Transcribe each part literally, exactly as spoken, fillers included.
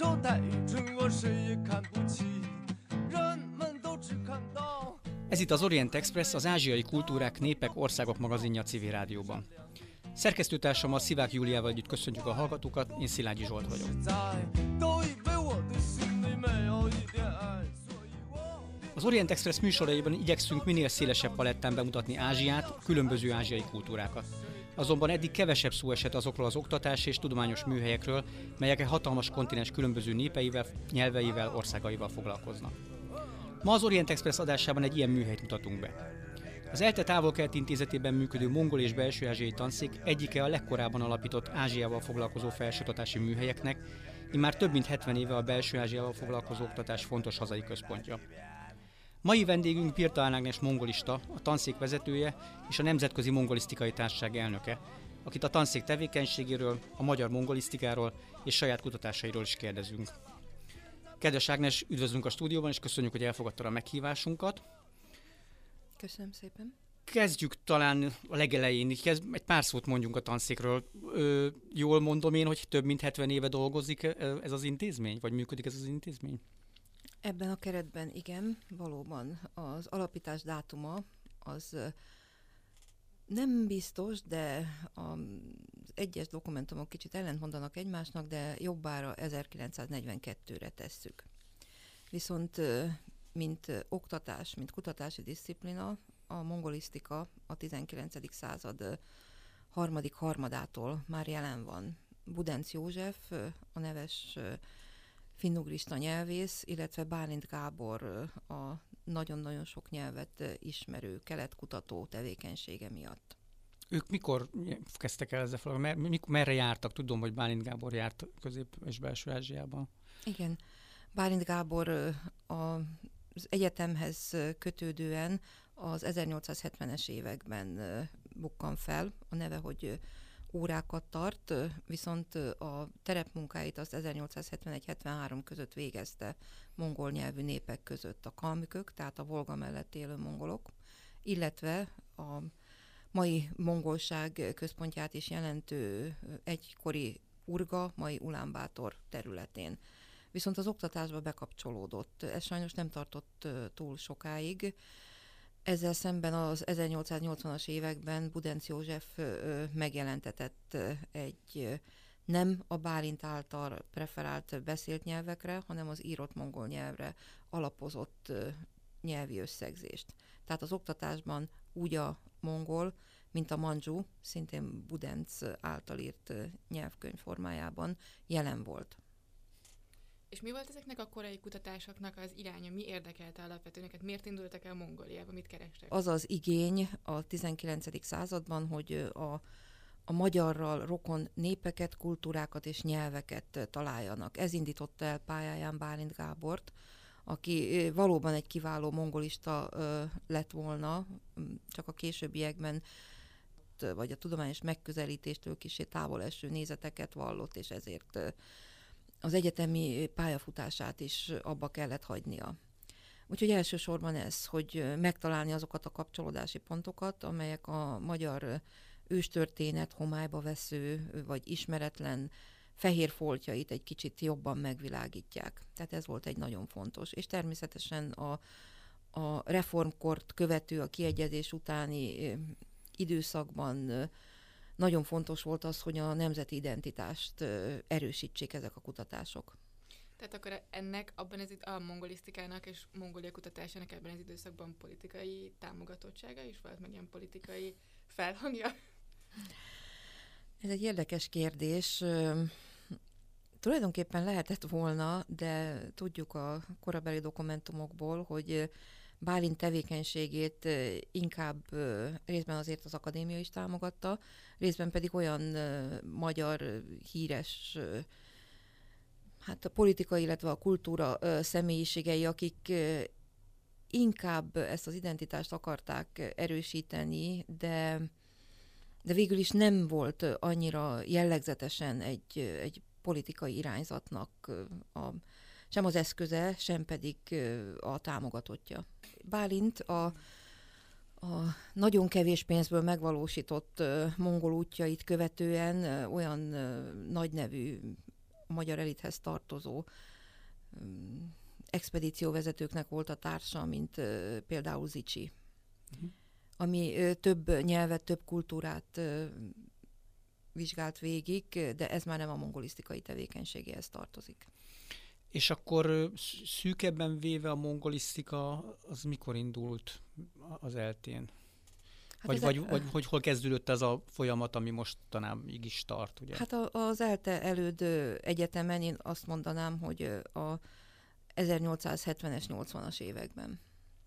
都太蠢，我谁也看不起，人们都只看到。Ez itt az Orient Express, az ázsiai kultúrák, népek, országok magazinja a Civil Rádióban. Szerkesztőtársammal Szivák Júliával együtt köszöntjük a hallgatókat, én Szilágyi Zsolt vagyok. Az Orient Express műsoraiban igyekszünk minél szélesebb palettán bemutatni Ázsiát, különböző ázsiai kultúrákat. Azonban eddig kevesebb szó esett azokról az oktatási és tudományos műhelyekről, melyek egy hatalmas kontinens különböző népeivel, nyelveivel, országaival foglalkoznak. Ma az Orient Express adásában egy ilyen műhelyt mutatunk be. Az ELTE Távol-Kelet Intézetében működő mongol és belső-ázsiai tanszék egyike a legkorábban alapított Ázsiával foglalkozó felsőoktatási műhelyeknek, immár több mint hetven éve a belső-ázsiával foglalkozó oktatás fontos hazai központja. Mai vendégünk Pirtalan Ágnes mongolista, a tanszék vezetője és a Nemzetközi Mongolisztikai Társaság elnöke, akit a tanszék tevékenységéről, a magyar mongolisztikáról és saját kutatásairól is kérdezünk. Kedves Ágnes, üdvözlünk a stúdióban, és köszönjük, hogy elfogadtad a meghívásunkat. Köszönöm szépen. Kezdjük talán a legelején, így kezd, egy pár szót mondjunk a tanszékről. Ö, jól mondom én, hogy több mint hetven éve dolgozik ez az intézmény, vagy működik ez az intézmény? Ebben a keretben igen, valóban. Az alapítás dátuma az nem biztos, de az egyes dokumentumok kicsit ellentmondanak egymásnak, de jobbára ezerkilencszáznegyvenkettőre tesszük. Viszont mint oktatás, mint kutatási diszciplina, a mongolisztika a tizenkilencedik század harmadik harmadától már jelen van. Budenc József, a neves finnugrista nyelvész, illetve Bálint Gábor a nagyon-nagyon sok nyelvet ismerő keletkutató tevékenysége miatt. Ők mikor kezdtek el ezzel foglalkozni? Merre jártak? Tudom, hogy Bálint Gábor járt Közép- és Belső-Ázsiában. Igen. Bálint Gábor az egyetemhez kötődően az ezernyolcszázhetvenes években bukkan fel. A neve, hogy órákat tart, viszont a terepmunkáit azt ezernyolcszázhetvenegy hetvenhárom között végezte mongol nyelvű népek között a kalmükök, tehát a Volga mellett élő mongolok, illetve a mai mongolság központját is jelentő egykori Urga, mai Ulánbátor területén. Viszont az oktatásba bekapcsolódott. Ez sajnos nem tartott túl sokáig. Ezzel szemben az ezernyolcszáznyolcvanas években Budenc József megjelentetett egy nem a Bálint által preferált beszélt nyelvekre, hanem az írott mongol nyelvre alapozott nyelvi összegzést. Tehát az oktatásban úgy a mongol, mint a mandzsu, szintén Budenc által írt nyelvkönyv formájában jelen volt. És mi volt ezeknek a korai kutatásoknak az iránya? Mi érdekelte alapvetően őket? Miért indultak el Mongóliába? Mit kerestek? Az az igény a tizenkilencedik században, hogy a, a magyarral rokon népeket, kultúrákat és nyelveket találjanak. Ez indította el pályáján Bálint Gábort, aki valóban egy kiváló mongolista lett volna, csak a későbbiekben vagy a tudományos megközelítéstől kissé távol eső nézeteket vallott, és ezért az egyetemi pályafutását is abba kellett hagynia. Úgyhogy elsősorban ez, hogy megtalálni azokat a kapcsolódási pontokat, amelyek a magyar őstörténet homályba vesző, vagy ismeretlen fehér foltjait egy kicsit jobban megvilágítják. Tehát ez volt egy nagyon fontos. És természetesen a, a reformkort követő, a kiegyezés utáni időszakban nagyon fontos volt az, hogy a nemzeti identitást erősítsék ezek a kutatások. Tehát akkor ennek, abban az a mongolisztikának és Mongólia kutatásának ebben az időszakban politikai támogatottsága is volt, meg ilyen politikai felhangja? Ez egy érdekes kérdés. Tulajdonképpen lehetett volna, de tudjuk a korabeli dokumentumokból, hogy Bálint tevékenységét inkább részben azért az akadémia is támogatta, részben pedig olyan magyar híres, hát a politika, illetve a kultúra személyiségei, akik inkább ezt az identitást akarták erősíteni, de, de végül is nem volt annyira jellegzetesen egy, egy politikai irányzatnak a sem az eszköze, sem pedig a támogatottja. Bálint a, a nagyon kevés pénzből megvalósított mongol útjait követően olyan nagynevű a magyar elithez tartozó expedícióvezetőknek volt a társa, mint például Zichy, uh-huh. ami több nyelvet, több kultúrát vizsgált végig, de ez már nem a mongolisztikai tevékenységéhez tartozik. És akkor szűkebben véve a mongolisztika az mikor indult az eltén? Hát vagy, vagy, vagy hogy hol kezdődött ez a folyamat, ami mostanáig is tart, ugye? Hát az ELTE előd egyetemen én azt mondanám, hogy a ezernyolcszázhetvenes, nyolcvanas években.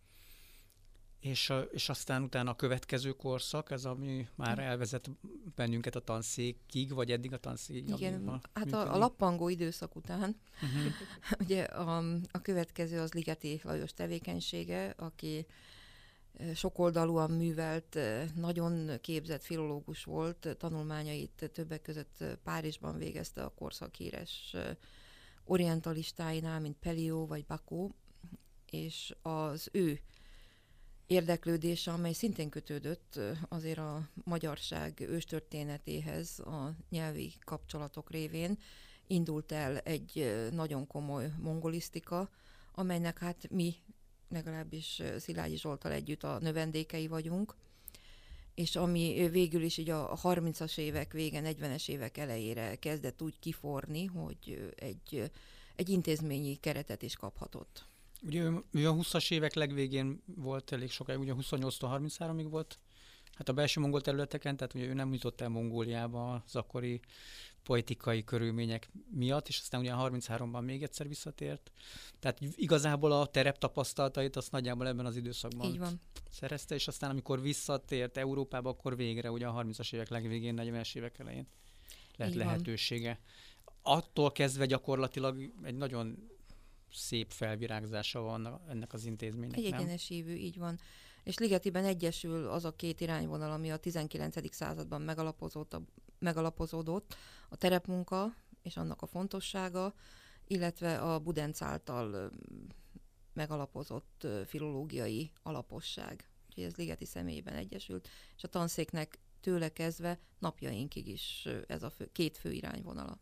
És, és aztán utána a következő korszak, ez ami már elvezet bennünket a tanszékig, vagy eddig a tanszékig? Igen, a, hát a, a lappangó időszak után. Uh-huh. Ugye a, a következő az Ligeti Lajos tevékenysége, aki sokoldalúan művelt, nagyon képzett filológus volt, tanulmányait többek között Párizsban végezte a korszak híres orientalistáinál, mint Pelliot vagy Bacot, és az ő érdeklődése, amely szintén kötődött azért a magyarság őstörténetéhez a nyelvi kapcsolatok révén, indult el egy nagyon komoly mongolisztika, amelynek hát mi, legalábbis Szilágyi Zsolttal együtt a növendékei vagyunk, és ami végül is így a harmincas évek vége, negyvenes évek elejére kezdett úgy kiforni, hogy egy, egy intézményi keretet is kaphatott. Ugye ő a huszas évek legvégén volt elég sokáig, ugye huszonnyolctól harminchárom volt, hát a belső mongol területeken, tehát ugye ő nem jutott el Mongóliába az akkori politikai körülmények miatt, és aztán ugye harmincháromban még egyszer visszatért. Tehát igazából a terep tapasztalatait azt nagyjából ebben az időszakban Így van. szerezte, és aztán amikor visszatért Európába, akkor végre ugye a harmincas évek legvégén, negyvenes évek elején lett lehetősége. Attól kezdve gyakorlatilag egy nagyon szép felvirágzása van ennek az intézménynek. Egy egyenes ívű, így van. És Ligetiben egyesül az a két irányvonal, ami a tizenkilencedik században megalapozódott, megalapozódott, a terepmunka és annak a fontossága, illetve a Budenc által megalapozott filológiai alaposság. Úgyhogy ez Ligeti személyében egyesült, és a tanszéknek tőle kezdve napjainkig is ez a fő, két fő irányvonala.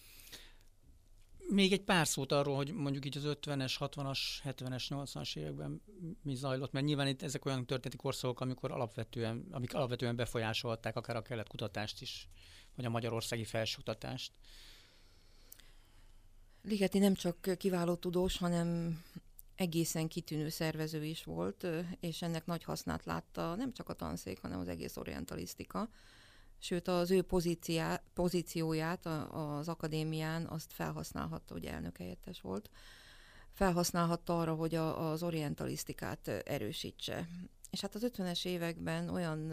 Még egy pár szót arról, hogy mondjuk így az ötvenes, hatvanas, hetvenes, nyolcvanas években mi zajlott, mert nyilván itt ezek olyan történeti korszakok, amikor alapvetően, amik alapvetően befolyásolták akár a kelet kutatást is, vagy a magyarországi felsőoktatást. Ligeti nem csak kiváló tudós, hanem egészen kitűnő szervező is volt, és ennek nagy hasznát látta nem csak a tanszék, hanem az egész orientalisztika. Sőt, az ő pozíciá, pozícióját az akadémián azt felhasználhatta, hogy elnökhelyettes volt, felhasználhatta arra, hogy a, az orientalisztikát erősítse. És hát az ötvenes években olyan,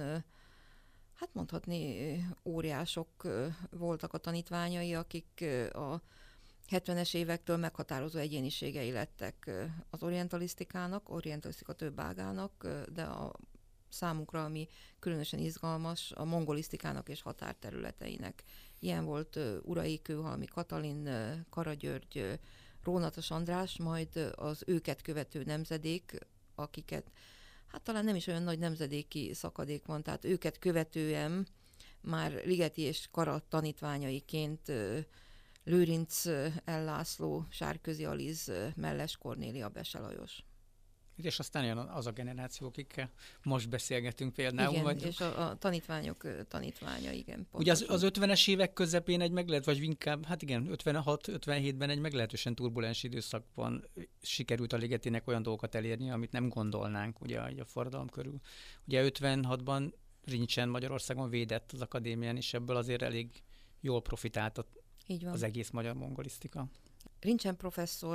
hát mondhatni, óriások voltak a tanítványai, akik a hetvenes évektől meghatározó egyéniségei lettek az orientalisztikának, orientalisztika több ágának, de a számukra, ami különösen izgalmas, a mongolisztikának és határterületeinek. Ilyen volt uh, Urai Kőhalmi Katalin, uh, Kara György, uh, Rónatos András, majd az őket követő nemzedék, akiket, hát talán nem is olyan nagy nemzedéki szakadék van, tehát őket követően már Ligeti és Kara tanítványaiként uh, Lőrinc uh, L. László, Sárközi Aliz, uh, Melles Kornélia, Bese Lajos. És aztán jön az a generáció, akikkel most beszélgetünk például. Igen, vagy... és a, a tanítványok tanítványa, igen. Ugye az, az ötvenes évek közepén egy meglehet, vagy inkább, hát igen, ötvenhat ötvenhétben egy meglehetősen turbulens időszakban sikerült a Ligetinek olyan dolgokat elérni, amit nem gondolnánk ugye a forradalom körül. Ugye ötvenhatban Rincsen Magyarországon védett az akadémián, és ebből azért elég jól profitált az egész magyar mongolisztika. Rincsen professzor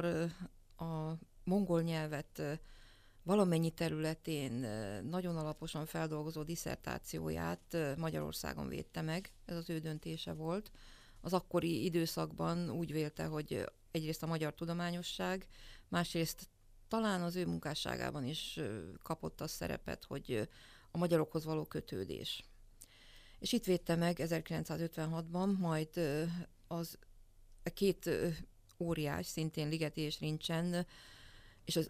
a mongol nyelvet valamennyi területén nagyon alaposan feldolgozó disszertációját Magyarországon védte meg, ez az ő döntése volt. Az akkori időszakban úgy vélte, hogy egyrészt a magyar tudományosság, másrészt talán az ő munkásságában is kapott a szerepet, hogy a magyarokhoz való kötődés. És itt védte meg ezerkilencszázötvenhatban, majd az a két óriás, szintén Ligeti és Rincsen, és az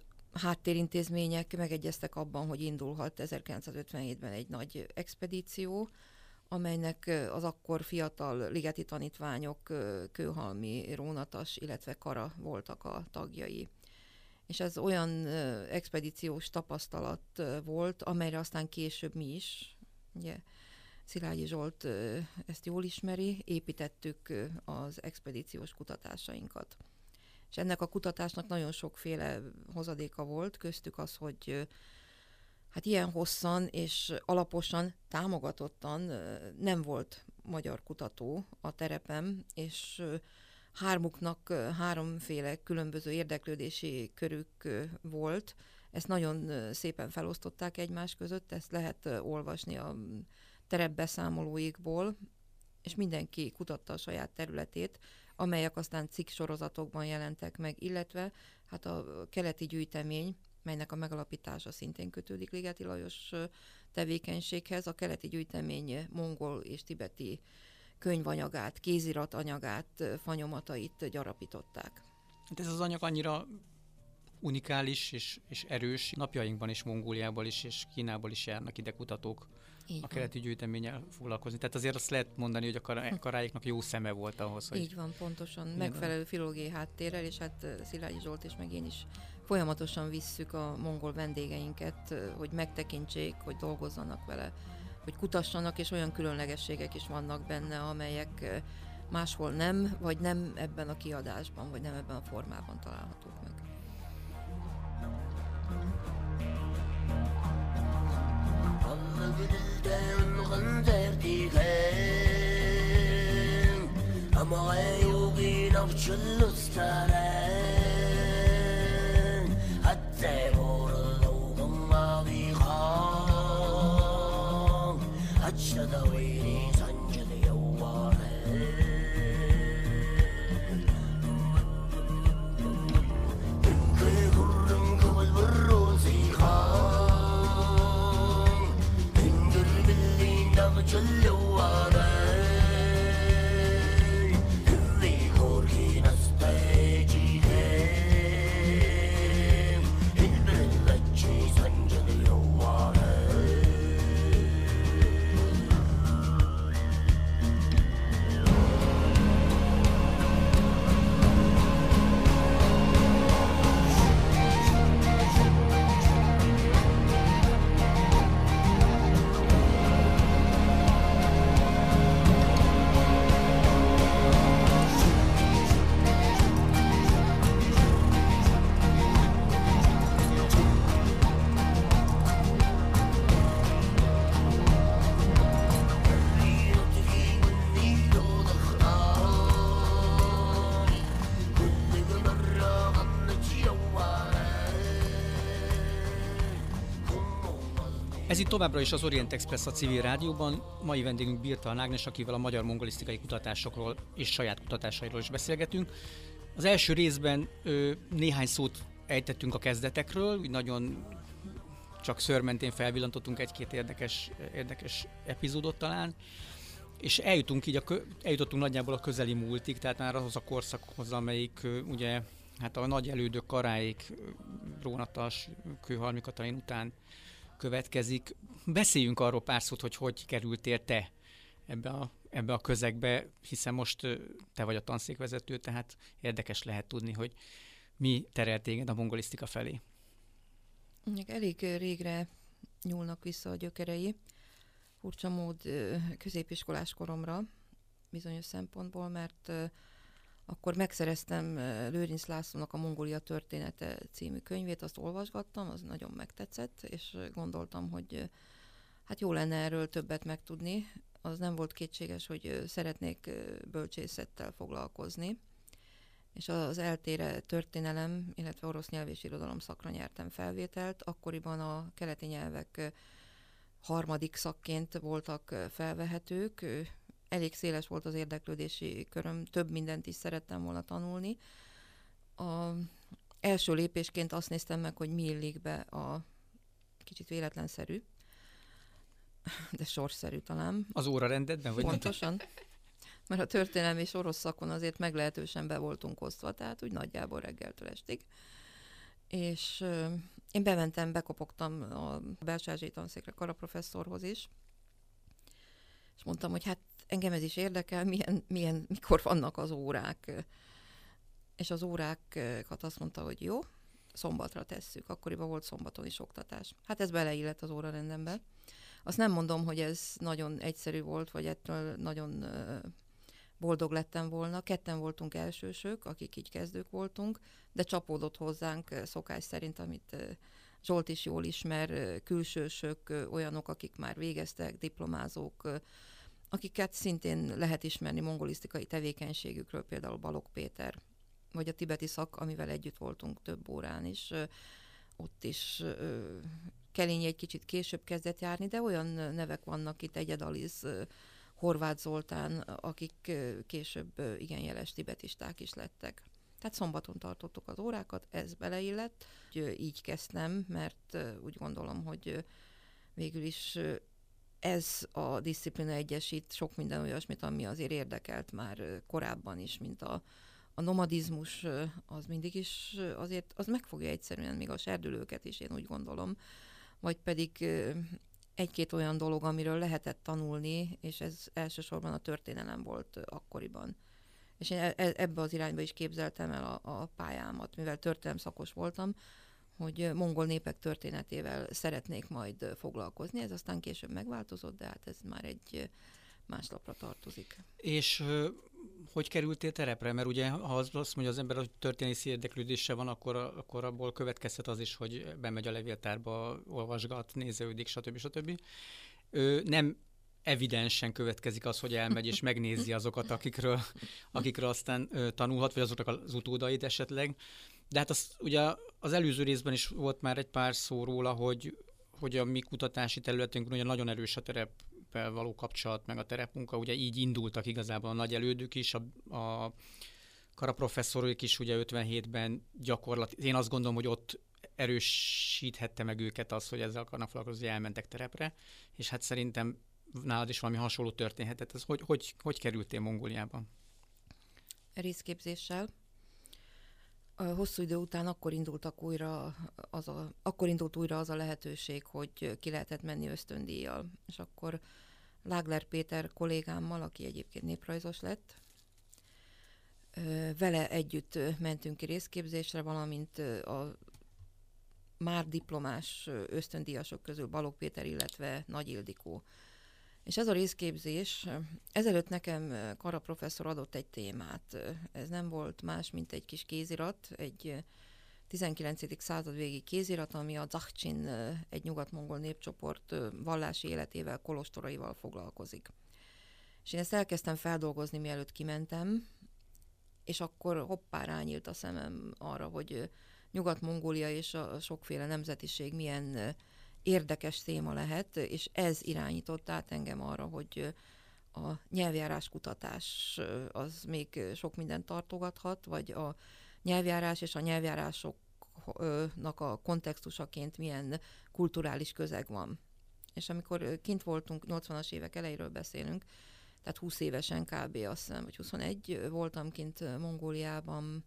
háttérintézmények megegyeztek abban, hogy indulhat ezerkilencszázötvenhétben egy nagy expedíció, amelynek az akkor fiatal ligeti tanítványok Kőhalmi, Rónatas, illetve Kara voltak a tagjai. És ez olyan expedíciós tapasztalat volt, amelyre aztán később mi is, ugye Szilágyi Zsolt ezt jól ismeri, építettük az expedíciós kutatásainkat. És ennek a kutatásnak nagyon sokféle hozadéka volt, köztük az, hogy hát ilyen hosszan és alaposan, támogatottan nem volt magyar kutató a terepen, és hármuknak háromféle különböző érdeklődési körük volt. Ezt nagyon szépen felosztották egymás között, ezt lehet olvasni a terepbeszámolóikból, és mindenki kutatta a saját területét, amelyek aztán cikk sorozatokban jelentek meg, illetve hát a keleti gyűjtemény, melynek a megalapítása szintén kötődik Ligeti Lajos tevékenységhez, a keleti gyűjtemény mongol és tibeti könyvanyagát, kéziratanyagát, fanyomatait gyarapították. Hát ez az anyag annyira unikális és, és erős. Napjainkban is Mongóliából is és Kínából is járnak ide kutatók így a keleti gyűjteménnyel foglalkozni. Tehát azért azt lehet mondani, hogy a kará- karáiknak jó szeme volt ahhoz, hogy... Így van, pontosan. Megfelelő filológiai háttérrel, és hát Szilágyi Zsolt és meg én is folyamatosan visszük a mongol vendégeinket, hogy megtekintsék, hogy dolgozzanak vele, hogy kutassanak, és olyan különlegességek is vannak benne, amelyek máshol nem, vagy nem ebben a kiadásban, vagy nem ebben a formában találhatók meg. Ez itt továbbra is az Orient Express a civil rádióban. Mai vendégünk Birthal Ágnes, akivel a magyar mongolisztikai kutatásokról és saját kutatásairól is beszélgetünk. Az első részben ö, néhány szót ejtettünk a kezdetekről, úgy nagyon csak szőrmentén felvillantottunk egy-két érdekes, érdekes epizódot talán, és eljutunk így a, eljutottunk nagyjából a közeli múltig, tehát már ahhoz a korszakhoz, amelyik ö, ugye hát a nagy elődök Karáik, Rónatas, Kőhalmi Katalin után következik. Beszéljünk arról pár szót, hogy hogy kerültél te ebbe a, ebbe a közegbe, hiszen most te vagy a tanszékvezető, tehát érdekes lehet tudni, hogy mi terelt téged a mongolisztika felé. Elég régre nyúlnak vissza a gyökerei. Furcsa mód középiskolás koromra bizonyos szempontból, mert akkor megszereztem Lőrinc Lászlónak a Mongólia története című könyvét, azt olvasgattam, az nagyon megtetszett, és gondoltam, hogy hát jó lenne erről többet megtudni. Az nem volt kétséges, hogy szeretnék bölcsészettel foglalkozni, és az eltére történelem, illetve orosz nyelv és irodalom szakra nyertem felvételt. Akkoriban a keleti nyelvek harmadik szakként voltak felvehetők, elég széles volt az érdeklődési köröm, több mindent is szerettem volna tanulni. A első lépésként azt néztem meg, hogy mi illik be a kicsit véletlenszerű, de sorszerű talán. Az órarendedben? Vagy pontosan. Mert a történelmi és orosz szakon azért meglehetősen be voltunk osztva, tehát úgy nagyjából reggeltől estig. És euh, én bementem, bekopogtam a Belső-ázsiai tanszékre, Kara professzorhoz is, És mondtam, hogy hát engem ez is érdekel, milyen, milyen, mikor vannak az órák. És az órákat azt mondta, hogy jó, szombatra tesszük. Akkoriban volt szombaton is oktatás. Hát ez beleillett az órarendembe. Azt nem mondom, hogy ez nagyon egyszerű volt, vagy ettől nagyon boldog lettem volna. Ketten voltunk elsősök, akik így kezdők voltunk, de csapódott hozzánk szokás szerint, amit Zsolt is jól ismer, külsősök, olyanok, akik már végeztek, diplomázók, akiket szintén lehet ismerni mongolisztikai tevékenységükről, például Balogh Péter, vagy a tibeti szak, amivel együtt voltunk több órán is. Ott is Kelényi egy kicsit később kezdett járni, de olyan nevek vannak itt, Egyed Aliz, Horváth Zoltán, akik később igen jeles tibetisták is lettek. Tehát szombaton tartottuk az órákat, ez beleillett. Így kezdtem, mert úgy gondolom, hogy végül is ez a diszciplina egyesít sok minden olyasmit, ami azért érdekelt már korábban is, mint a, a nomadizmus, az mindig is azért, az megfogja egyszerűen még a serdülőket is, én úgy gondolom, vagy pedig egy-két olyan dolog, amiről lehetett tanulni, és ez elsősorban a történelem volt akkoriban. És én ebbe az irányba is képzeltem el a, a pályámat, mivel történelem szakos voltam, hogy mongol népek történetével szeretnék majd foglalkozni. Ez aztán később megváltozott, de hát ez már egy más lapra tartozik. És hogy kerültél terepre? Mert ugye, ha azt mondja az ember, hogy történészi érdeklődése van, akkor, akkor abból következhet az is, hogy bemegy a levéltárba, olvasgat, néződik, stb. stb. Nem evidensen következik az, hogy elmegy és megnézi azokat, akikről, akikről aztán tanulhat, vagy azoknak az utódait esetleg. De hát az, ugye az előző részben is volt már egy pár szó róla, hogy, hogy a mi kutatási területünkön ugye nagyon erős a tereppel való kapcsolat, meg a terepmunka, ugye így indultak igazából a nagy elődük is, a, a karaprofesszorok is ugye ötvenhétben gyakorlat, én azt gondolom, hogy ott erősíthette meg őket az, hogy ezzel akarnak foglalkozni, hogy elmentek terepre, és hát szerintem nálad is valami hasonló történhetett. Ez hogy, hogy, hogy kerültél Mongóliában? Részképzéssel. A hosszú idő után akkor indultak újra az a, akkor indult újra az a lehetőség, hogy ki lehetett menni ösztöndíjjal. És akkor Lágler Péter kollégámmal, aki egyébként néprajzos lett, vele együtt mentünk ki részképzésre, valamint a már diplomás ösztöndíjasok közül Balogh Péter, illetve Nagy Ildikó. És ez a részképzés, ezelőtt nekem Kara professzor adott egy témát. Ez nem volt más, mint egy kis kézirat, egy tizenkilencedik század végi kézirat, ami a Dzsachcsin, egy nyugat-mongol népcsoport vallási életével, kolostoraival foglalkozik. És én ezt elkezdtem feldolgozni, mielőtt kimentem, és akkor hoppá rányílt a szemem arra, hogy Nyugat-Mongólia és a sokféle nemzetiség milyen érdekes téma lehet, és ez irányított át engem arra, hogy a nyelvjárás kutatás az még sok mindent tartogathat, vagy a nyelvjárás és a nyelvjárásoknak a kontextusaként milyen kulturális közeg van. És amikor kint voltunk, nyolcvanas évek elejéről beszélünk, tehát húsz évesen kb. Azt hiszem, vagy huszonegy voltam kint Mongóliában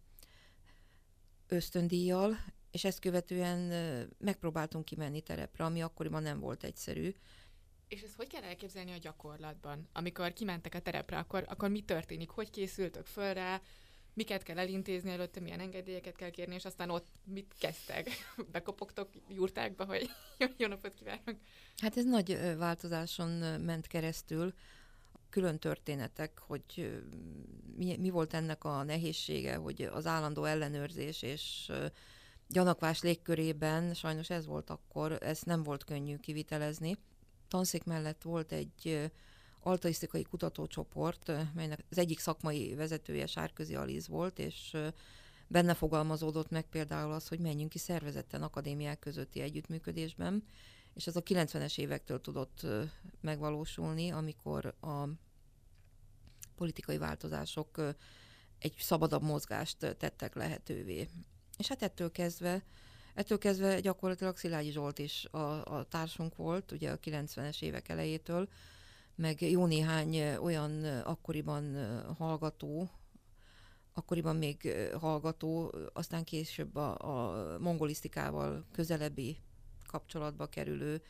ösztöndíjjal, és ezt követően megpróbáltunk kimenni terepre, ami akkoriban nem volt egyszerű. És ezt hogy kell elképzelni a gyakorlatban? Amikor kimentek a terepre, akkor, akkor mi történik? Hogy készültök föl rá? Miket kell elintézni előtte, milyen engedélyeket kell kérni, és aztán ott mit kezdtek? Bekopogtok jurtákba, hogy jó napot kívánok? Hát ez nagy változáson ment keresztül. Külön történetek, hogy mi, mi volt ennek a nehézsége, hogy az állandó ellenőrzés és gyanakvás légkörében, sajnos ez volt akkor, ezt nem volt könnyű kivitelezni. Tanszék mellett volt egy altaisztikai kutatócsoport, melynek az egyik szakmai vezetője Sárközi Aliz volt, és benne fogalmazódott meg például az, hogy menjünk ki szervezetten akadémiák közötti együttműködésben, és ez a kilencvenes évektől tudott megvalósulni, amikor a politikai változások egy szabadabb mozgást tettek lehetővé. És hát ettől kezdve, ettől kezdve gyakorlatilag Szilágyi Zsolt is a, a társunk volt, ugye a kilencvenes évek elejétől, meg jó néhány olyan akkoriban hallgató, akkoriban még hallgató, aztán később a, a mongolisztikával közelebbi kapcsolatba kerülő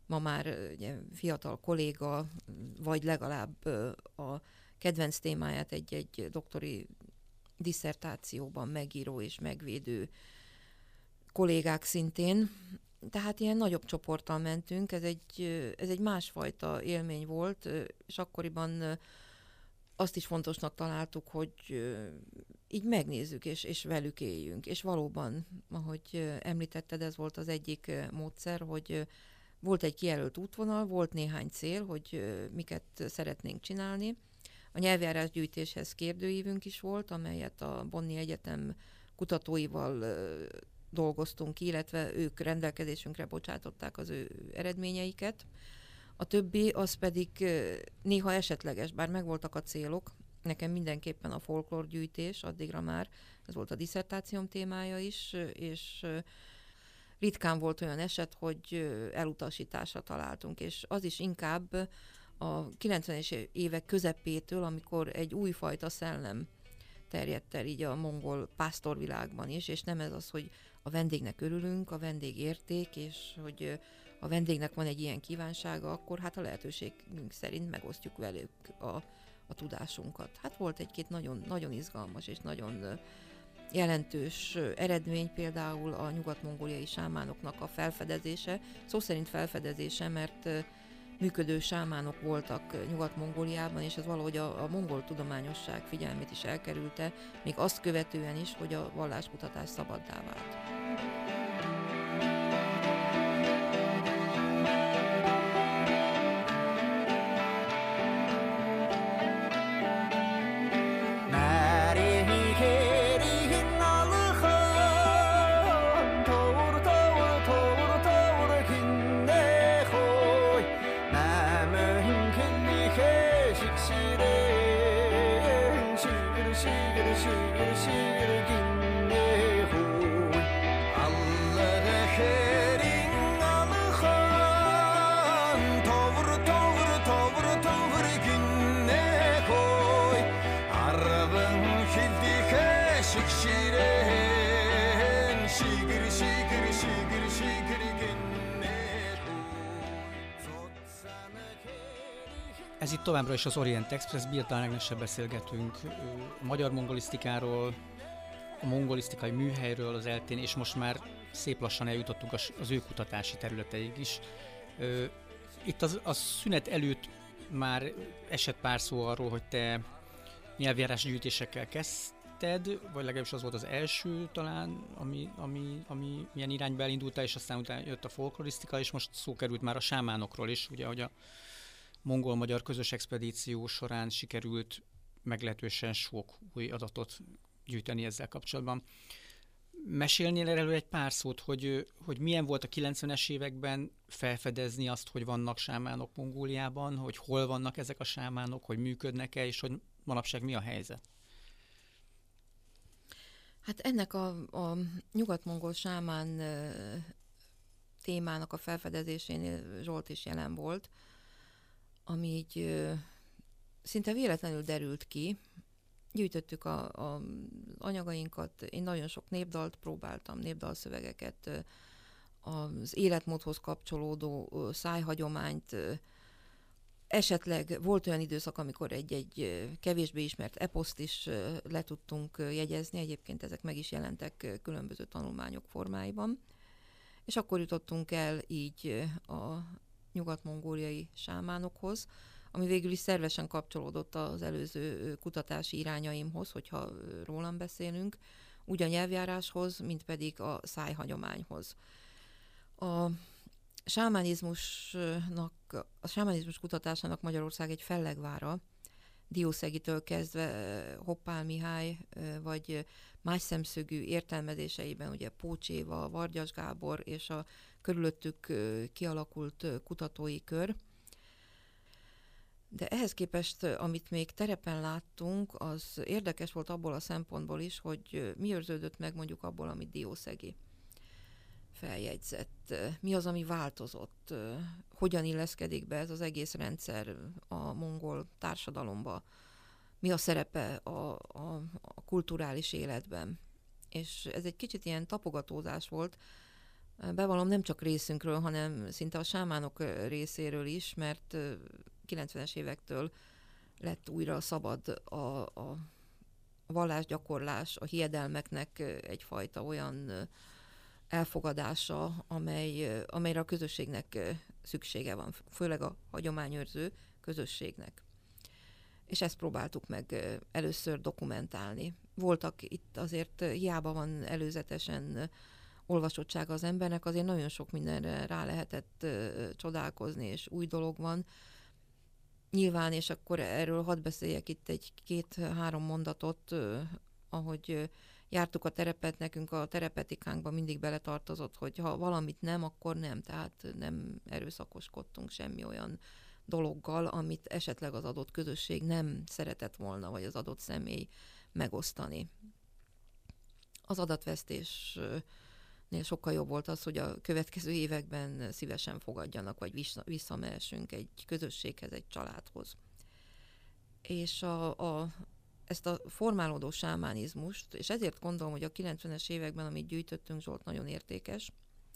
ma már ugye, fiatal kolléga, vagy legalább a kedvenc témáját egy-egy doktori disszertációban megíró és megvédő kollégák szintén. Tehát ilyen nagyobb csoporttal mentünk, ez egy, ez egy másfajta élmény volt, és akkoriban azt is fontosnak találtuk, hogy így megnézzük, és, és velük éljünk. És valóban, ahogy említetted, ez volt az egyik módszer, hogy volt egy kijelölt útvonal, volt néhány cél, hogy miket szeretnénk csinálni. A nyelvjárásgyűjtéshez kérdőívünk is volt, amelyet a Bonni Egyetem kutatóival dolgoztunk ki, illetve ők rendelkezésünkre bocsátották az ő eredményeiket. A többi az pedig néha esetleges, bár megvoltak a célok. Nekem mindenképpen a folklórgyűjtés, addigra már ez volt a disszertációm témája is, és ritkán volt olyan eset, hogy elutasításra találtunk, és az is inkább a kilencvenes évek közepétől, amikor egy újfajta szellem terjedt el így a mongol pásztorvilágban is, és nem ez az, hogy a vendégnek örülünk, a vendég érték, és hogy a vendégnek van egy ilyen kívánsága, akkor hát a lehetőségünk szerint megosztjuk velük a, a tudásunkat. Hát volt egy-két nagyon, nagyon izgalmas és nagyon jelentős eredmény, például a nyugat-mongóliai sámánoknak a felfedezése, szó szerint felfedezése, mert működő sámánok voltak Nyugat-Mongóliában, és ez valahogy a, a mongol tudományosság figyelmét is elkerülte, még azt követően is, hogy a valláskutatás szabaddá vált. Ez itt továbbra is az Orient Express, Birtán Ágnessel beszélgetünk a magyar mongolisztikáról, a mongolisztikai műhelyről az eltén, és most már szép lassan eljutottunk az ő kutatási területeig is. Itt az, a szünet előtt már esett pár szó arról, hogy te nyelvjárás gyűjtésekkel kezdted, vagy legalábbis az volt az első talán, ami, ami, ami milyen irányba elindultál, és aztán utána jött a folklorisztika, és most szó került már a sámánokról is, ugye, hogy a mongol-magyar közös expedíció során sikerült meglehetősen sok új adatot gyűjteni ezzel kapcsolatban. Mesélnél erről egy pár szót, hogy, hogy milyen volt a kilencvenes években felfedezni azt, hogy vannak sámánok Mongóliában, hogy hol vannak ezek a sámánok, hogy működnek-e, és hogy manapság mi a helyzet? Hát ennek a, a nyugat-mongol sámán témának a felfedezésénél Zsolt is jelen volt, ami így ö, szinte véletlenül derült ki. Gyűjtöttük a, a anyagainkat, én nagyon sok népdalt próbáltam, népdalszövegeket, ö, az életmódhoz kapcsolódó ö, szájhagyományt. Ö, esetleg volt olyan időszak, amikor egy-egy kevésbé ismert eposzt is ö, le tudtunk ö, jegyezni, egyébként ezek meg is jelentek ö, különböző tanulmányok formáiban. És akkor jutottunk el így ö, a nyugat-mongóliai sámánokhoz, ami végül is szervesen kapcsolódott az előző kutatási irányaimhoz, hogyha rólam beszélünk, úgy a nyelvjáráshoz, mint pedig a szájhagyományhoz. A sámánizmusnak, a sámánizmus kutatásának Magyarország egy fellegvára, Diószegitől kezdve Hoppál Mihály, vagy más szemszögű értelmezéseiben, ugye Pócs Éva, Vargyas Gábor és a körülöttük kialakult kutatói kör. De ehhez képest, amit még terepen láttunk, az érdekes volt abból a szempontból is, hogy mi őrződött meg mondjuk abból, amit Diószegi feljegyzett. Mi az, ami változott? Hogyan illeszkedik be ez az egész rendszer a mongol társadalomba? Mi a szerepe a, a, a kulturális életben? És ez egy kicsit ilyen tapogatózás volt, Bevallom, nem csak részünkről, hanem szinte a sámánok részéről is, mert kilencvenes évektől lett újra szabad a, a vallásgyakorlás, a hiedelmeknek egyfajta olyan elfogadása, amely, amelyre a közösségnek szüksége van, főleg a hagyományőrző közösségnek. És ezt próbáltuk meg először dokumentálni. Voltak itt azért, hiába van előzetesen olvasottsága az embernek, azért nagyon sok mindenre rá lehetett uh, csodálkozni, és új dolog van. Nyilván, és akkor erről hadd beszéljek itt egy két-három mondatot, uh, ahogy uh, jártuk a terepet, nekünk a terepetikánkban mindig beletartozott, hogy ha valamit nem, akkor nem, tehát nem erőszakoskodtunk semmi olyan dologgal, amit esetleg az adott közösség nem szeretett volna, vagy az adott személy megosztani. Az adatvesztés uh, sokkal jobb volt az, hogy a következő években szívesen fogadjanak, vagy vissza, visszamehessünk egy közösséghez, egy családhoz. És a, a, ezt a formálódó sámánizmust, és ezért gondolom, hogy a kilencvenes években, amit gyűjtöttünk, Zsolt, nagyon értékes,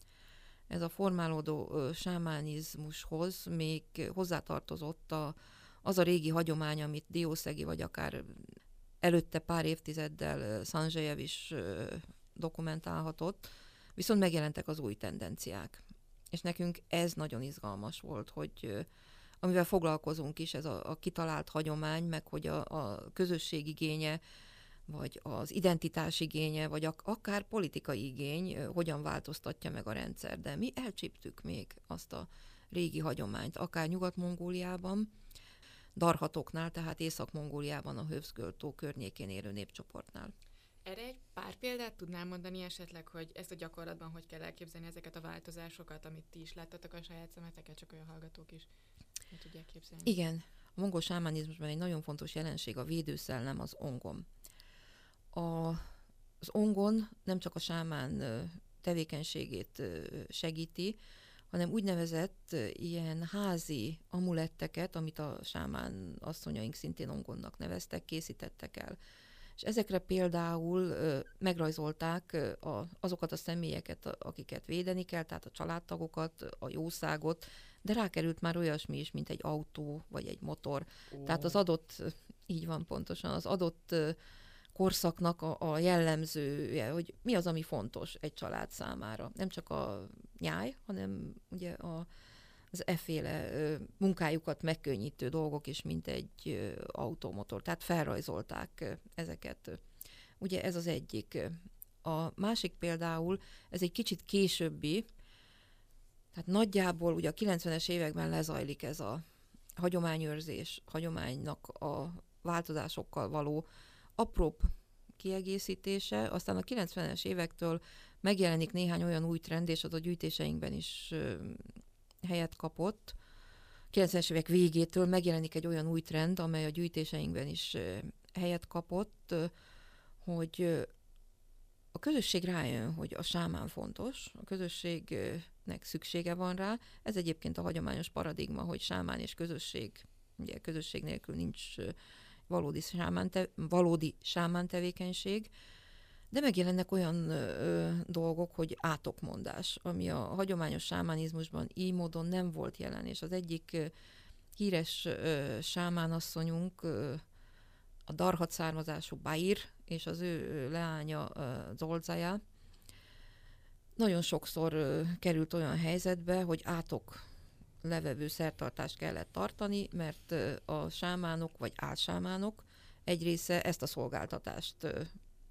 ez a formálódó sámánizmushoz még hozzátartozott a, az a régi hagyomány, amit Diószegi, vagy akár előtte pár évtizeddel Szandzsejev is dokumentálhatott, viszont megjelentek az új tendenciák. És nekünk ez nagyon izgalmas volt, hogy amivel foglalkozunk is, ez a, a kitalált hagyomány, meg hogy a, a közösség igénye, vagy az identitás igénye, vagy ak- akár politikai igény hogyan változtatja meg a rendszer. De mi elcsíptük még azt a régi hagyományt, akár Nyugat-Mongóliában, Darhatoknál, tehát Észak-Mongóliában, a Hövszgöl-tó környékén élő népcsoportnál. Erre egy pár példát tudnám mondani esetleg, hogy ezt a gyakorlatban hogy kell elképzelni ezeket a változásokat, amit ti is láttatok a saját szemeteket, csak olyan hallgatók is meg tudják képzelni. Igen, a mongol sámánizmusban egy nagyon fontos jelenség a védőszellem, az ongon. A, az ongon nem csak a sámán tevékenységét segíti, hanem úgynevezett ilyen házi amuletteket, amit a sámán asszonyaink szintén ongonnak neveztek, készítettek el. És ezekre például ö, megrajzolták ö, a, azokat a személyeket, a, akiket védeni kell, tehát a családtagokat, a jószágot, de rákerült már olyasmi is, mint egy autó, vagy egy motor. Oh. Tehát az adott, így van pontosan, az adott ö, korszaknak a, a jellemzője, hogy mi az, ami fontos egy család számára. Nem csak a nyáj, hanem ugye a az efféle ö, munkájukat megkönnyítő dolgok is, mint egy ö, automotor. Tehát felrajzolták ö, ezeket. Ugye ez az egyik. A másik például, ez egy kicsit későbbi, tehát nagyjából ugye a kilencvenes években lezajlik ez a hagyományőrzés, hagyománynak a változásokkal való apróbb kiegészítése, aztán a kilencvenes évektől megjelenik néhány olyan új trend, és az a gyűjtéseinkben is ö, helyet kapott. kilencvenes évek végétől megjelenik egy olyan új trend, amely a gyűjtéseinkben is helyet kapott, hogy a közösség rájön, hogy a sámán fontos, a közösségnek szüksége van rá. Ez egyébként a hagyományos paradigma, hogy sámán és közösség, ugye közösség nélkül nincs valódi sámán, te, valódi sámán tevékenység, de megjelennek olyan ö, dolgok, hogy átokmondás, ami a hagyományos sámánizmusban így módon nem volt jelen, és az egyik ö, híres ö, sámánasszonyunk, ö, a Darhat származású Bair, és az ő ö, leánya ö, Zolzaja, nagyon sokszor ö, került olyan helyzetbe, hogy átok levevő szertartást kellett tartani, mert ö, a sámánok vagy álsámánok egy része ezt a szolgáltatást ö,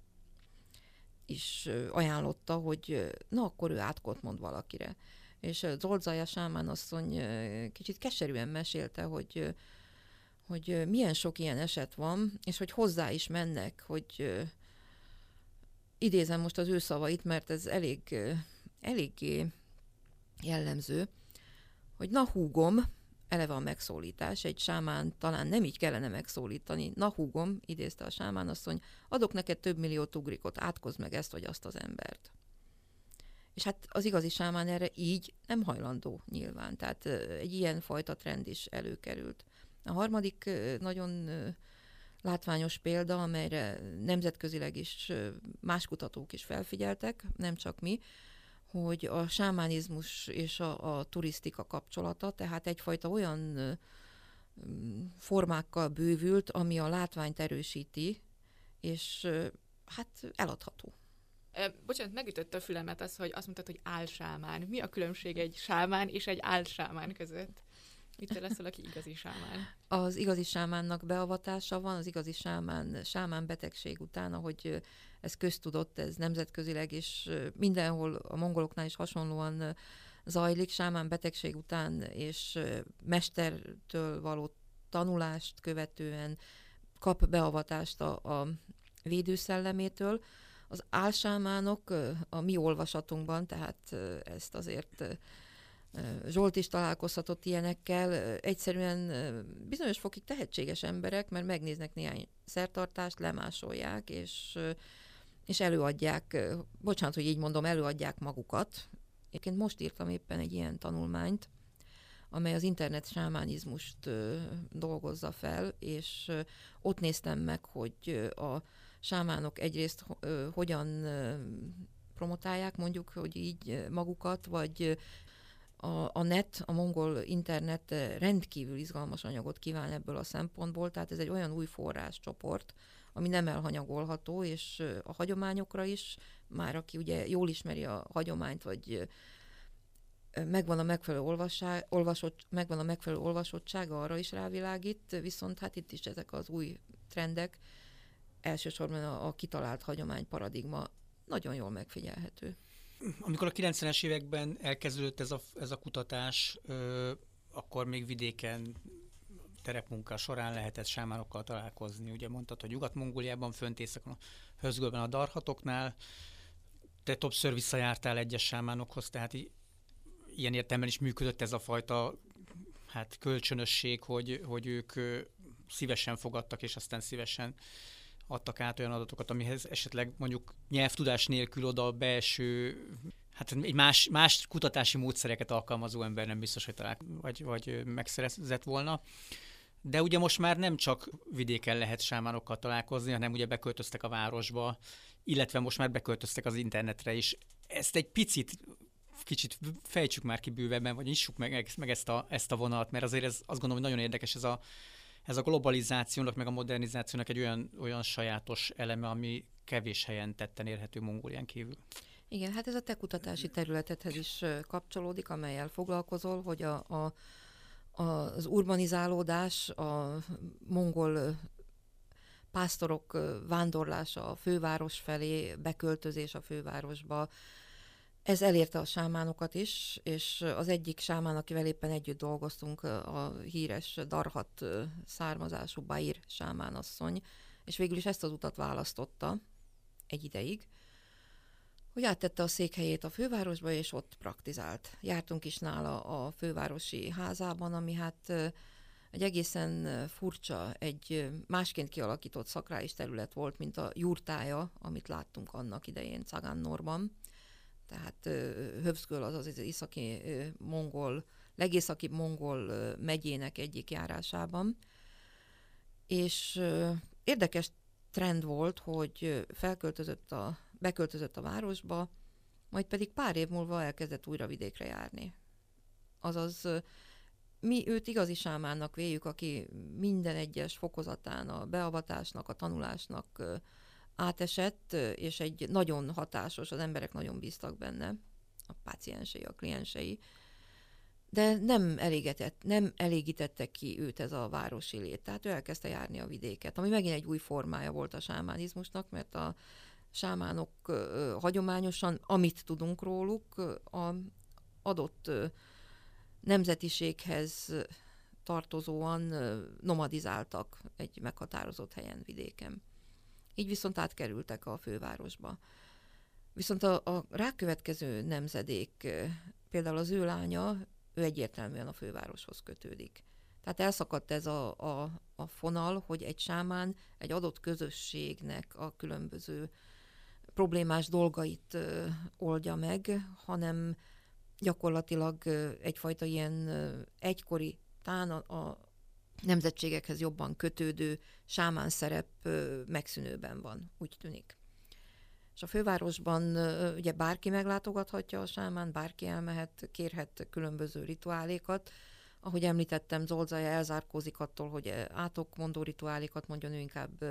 is ajánlotta, hogy na akkor ő átkot mond valakire. És Zolzaja sámánasszony kicsit keserűen mesélte, hogy, hogy milyen sok ilyen eset van, és hogy hozzá is mennek, hogy idézem most az ő szavait, mert ez elég, eléggé jellemző, hogy na húgom, eleve a megszólítás, egy sámán talán nem így kellene megszólítani. Na húgom, idézte a sámánasszony, adok neked több millió tugrikot, átkozd meg ezt vagy azt az embert. És hát az igazi sámán erre így nem hajlandó nyilván, tehát egy ilyen fajta trend is előkerült. A harmadik nagyon látványos példa, amelyre nemzetközileg is más kutatók is felfigyeltek, nem csak mi, hogy a sámánizmus és a, a turisztika kapcsolata, tehát egyfajta olyan ö, formákkal bővült, ami a látványt erősíti, és ö, hát eladható. E, bocsánat, megütötte a fülemet az, hogy azt mondtad, hogy álsámán. Mi a különbség egy sámán és egy álsámán között? Mitől lesz valaki igazi sámán? Az igazi sámánnak beavatása van, az igazi sámán, sámán betegség után, ahogy ez köztudott, ez nemzetközileg, és mindenhol a mongoloknál is hasonlóan zajlik, sámán betegség után, és mestertől való tanulást követően kap beavatást a, a védőszellemétől. Az álsámánok a mi olvasatunkban, tehát ezt azért Zsolt is találkozhatott ilyenekkel, egyszerűen bizonyos fokig tehetséges emberek, mert megnéznek néhány szertartást, lemásolják, és, és előadják, bocsánat, hogy így mondom, előadják magukat. Egyébként most írtam éppen egy ilyen tanulmányt, amely az internet sámánizmust dolgozza fel, és ott néztem meg, hogy a sámánok egyrészt hogyan promotálják, mondjuk, hogy így magukat, vagy A, a net, a mongol internet rendkívül izgalmas anyagot kíván ebből a szempontból, tehát ez egy olyan új forráscsoport, ami nem elhanyagolható, és a hagyományokra is, már aki ugye jól ismeri a hagyományt, vagy megvan a megfelelő, olvasá, olvasott, megvan a megfelelő olvasottsága, arra is rávilágít, viszont hát itt is ezek az új trendek, elsősorban a, a kitalált hagyomány paradigma nagyon jól megfigyelhető. Amikor a kilencvenes években elkezdődött ez a, ez a kutatás, ö, akkor még vidéken terepmunka során lehetett sámánokkal találkozni. Ugye mondtad, hogy Nyugat-Mongóliában, fönt északon a Hözgölben a Darhatoknál, te többször visszajártál egyes sámánokhoz, tehát i- ilyen értelemben is működött ez a fajta hát, kölcsönösség, hogy, hogy ők ö, szívesen fogadtak, és aztán szívesen adtak át olyan adatokat, amihez esetleg mondjuk nyelvtudás nélkül oda beeső, hát egy más, más kutatási módszereket alkalmazó ember nem biztos, hogy talál, vagy, vagy megszerezett volna. De ugye most már nem csak vidéken lehet sámánokkal találkozni, hanem ugye beköltöztek a városba, illetve most már beköltöztek az internetre is. Ezt egy picit, kicsit fejtsük már ki bővebben, vagy nyissuk meg, meg ezt, a, ezt a vonalat, mert azért ez, azt gondolom, hogy nagyon érdekes ez a Ez a globalizációnak, meg a modernizációnak egy olyan, olyan sajátos eleme, ami kevés helyen tetten érhető Mongólián kívül. Igen, hát ez a te kutatási területedhez is kapcsolódik, amellyel foglalkozol, hogy a, a, a, az urbanizálódás, a mongol pásztorok vándorlása a főváros felé, beköltözés a fővárosba, ez elérte a sámánokat is, és az egyik sámán, akivel éppen együtt dolgoztunk, a híres Darhat származású Bair sámánasszony, és végül is ezt az utat választotta egy ideig, hogy áttette a székhelyét a fővárosba, és ott praktizált. Jártunk is nála a fővárosi házában, ami hát egy egészen furcsa, egy másként kialakított szakrális terület volt, mint a jurtája, amit láttunk annak idején Cagannorban. Tehát Hövszgöl az az északi mongol, legészaki mongol megyének egyik járásában. És érdekes trend volt, hogy felköltözött a, beköltözött a városba, majd pedig pár év múlva elkezdett újra vidékre járni. Azaz mi őt igazi sámánnak véljük, aki minden egyes fokozatán a beavatásnak, a tanulásnak átesett, és egy nagyon hatásos, az emberek nagyon bíztak benne, a páciensei, a kliensei, de nem elégített, nem elégítettek ki őt ez a városi lét, tehát ő elkezdte járni a vidéket, ami megint egy új formája volt a sámánizmusnak, mert a sámánok uh, hagyományosan, amit tudunk róluk, a adott uh, nemzetiséghez tartozóan uh, nomadizáltak egy meghatározott helyen vidéken. Így viszont átkerültek a fővárosba. Viszont a, a rákövetkező nemzedék, például az ő lánya, ő egyértelműen a fővároshoz kötődik. Tehát elszakadt ez a, a, a fonal, hogy egy sámán egy adott közösségnek a különböző problémás dolgait ö, oldja meg, hanem gyakorlatilag ö, egyfajta ilyen ö, egykori, tán a, a nemzetségekhez jobban kötődő sámán szerep ö, megszűnőben van, úgy tűnik. És a fővárosban ugye bárki meglátogathatja a sámán, bárki elmehet, kérhet különböző rituálékat. Ahogy említettem, Zolzaja elzárkózik attól, hogy átokmondó rituálékat mondjon, ő inkább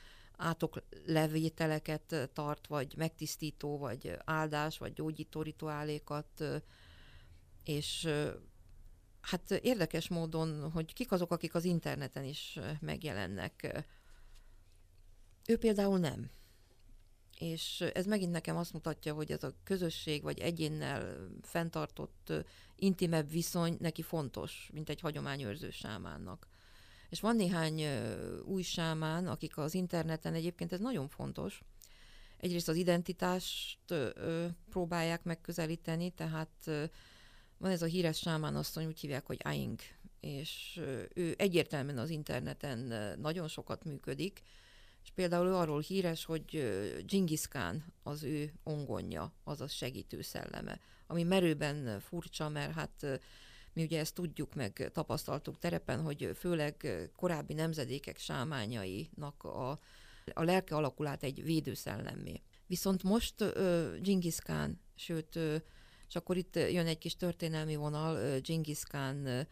átoklevételeket tart, vagy megtisztító, vagy áldás, vagy gyógyító rituálékat, és hát érdekes módon, hogy kik azok, akik az interneten is megjelennek. Ő például nem. És ez megint nekem azt mutatja, hogy ez a közösség vagy egyénnel fenntartott intimebb viszony neki fontos, mint egy hagyományőrző sámánnak. És van néhány új sámán, akik az interneten, egyébként ez nagyon fontos, egyrészt az identitást próbálják megközelíteni, tehát van ez a híres sámánasszony, úgy hívják, hogy Aing, és ő egyértelműen az interneten nagyon sokat működik, és például ő arról híres, hogy Dzsingisz Kán az ő ongonja, azaz segítő szelleme, ami merőben furcsa, mert hát mi ugye ezt tudjuk, meg tapasztaltuk terepen, hogy főleg korábbi nemzedékek sámányainak a, a lelke alakul át egy védőszellemmé. Viszont most uh, Dzsingisz Kán, sőt, uh, és akkor itt jön egy kis történelmi vonal, uh, Dzsingisz Kán uh,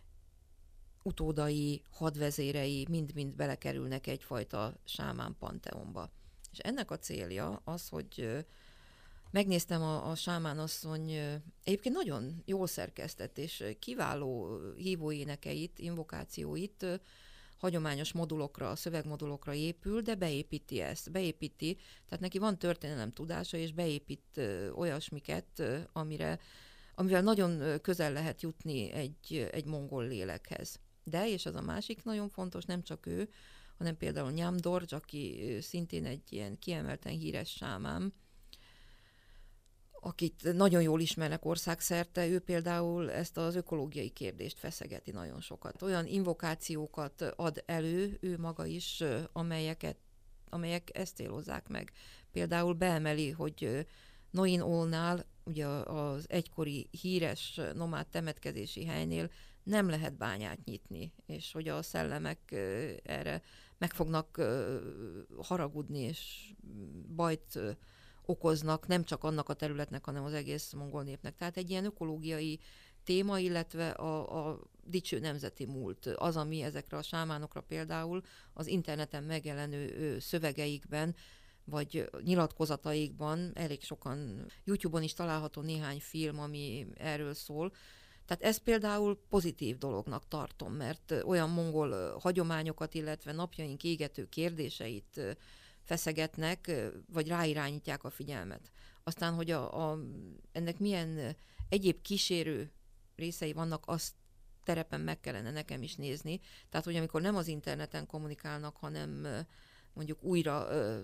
utódai, hadvezérei mind-mind belekerülnek egyfajta sámán panteonba. És ennek a célja az, hogy uh, megnéztem a, a sámánasszony uh, egyébként nagyon jól szerkesztett és kiváló hívóénekeit, invokációit, uh, hagyományos modulokra, szövegmodulokra épül, de beépíti ezt, beépíti, tehát neki van történelem tudása, és beépít ö, olyasmiket, ö, amire, amivel nagyon közel lehet jutni egy, egy mongol lélekhez. De, és az a másik nagyon fontos, nem csak ő, hanem például Nyám Dordzs, aki szintén egy ilyen kiemelten híres sámán, akit nagyon jól ismernek országszerte, ő például ezt az ökológiai kérdést feszegeti nagyon sokat. Olyan invokációkat ad elő ő maga is, amelyeket, amelyek ezt célozzák meg. Például beemeli, hogy Noin Olnál, ugye az egykori híres nomád temetkezési helynél nem lehet bányát nyitni, és hogy a szellemek erre meg fognak haragudni, és bajt okoznak nem csak annak a területnek, hanem az egész mongol népnek. Tehát egy ilyen ökológiai téma, illetve a, a dicső nemzeti múlt, az, ami ezekre a sámánokra például az interneten megjelenő szövegeikben, vagy nyilatkozataikban, elég sokan YouTube-on is található néhány film, ami erről szól. Tehát ezt például pozitív dolognak tartom, mert olyan mongol hagyományokat, illetve napjaink égető kérdéseit feszegetnek, vagy ráirányítják a figyelmet. Aztán, hogy a, a, ennek milyen egyéb kísérő részei vannak, azt terepen meg kellene nekem is nézni. Tehát, hogy amikor nem az interneten kommunikálnak, hanem mondjuk újra ö,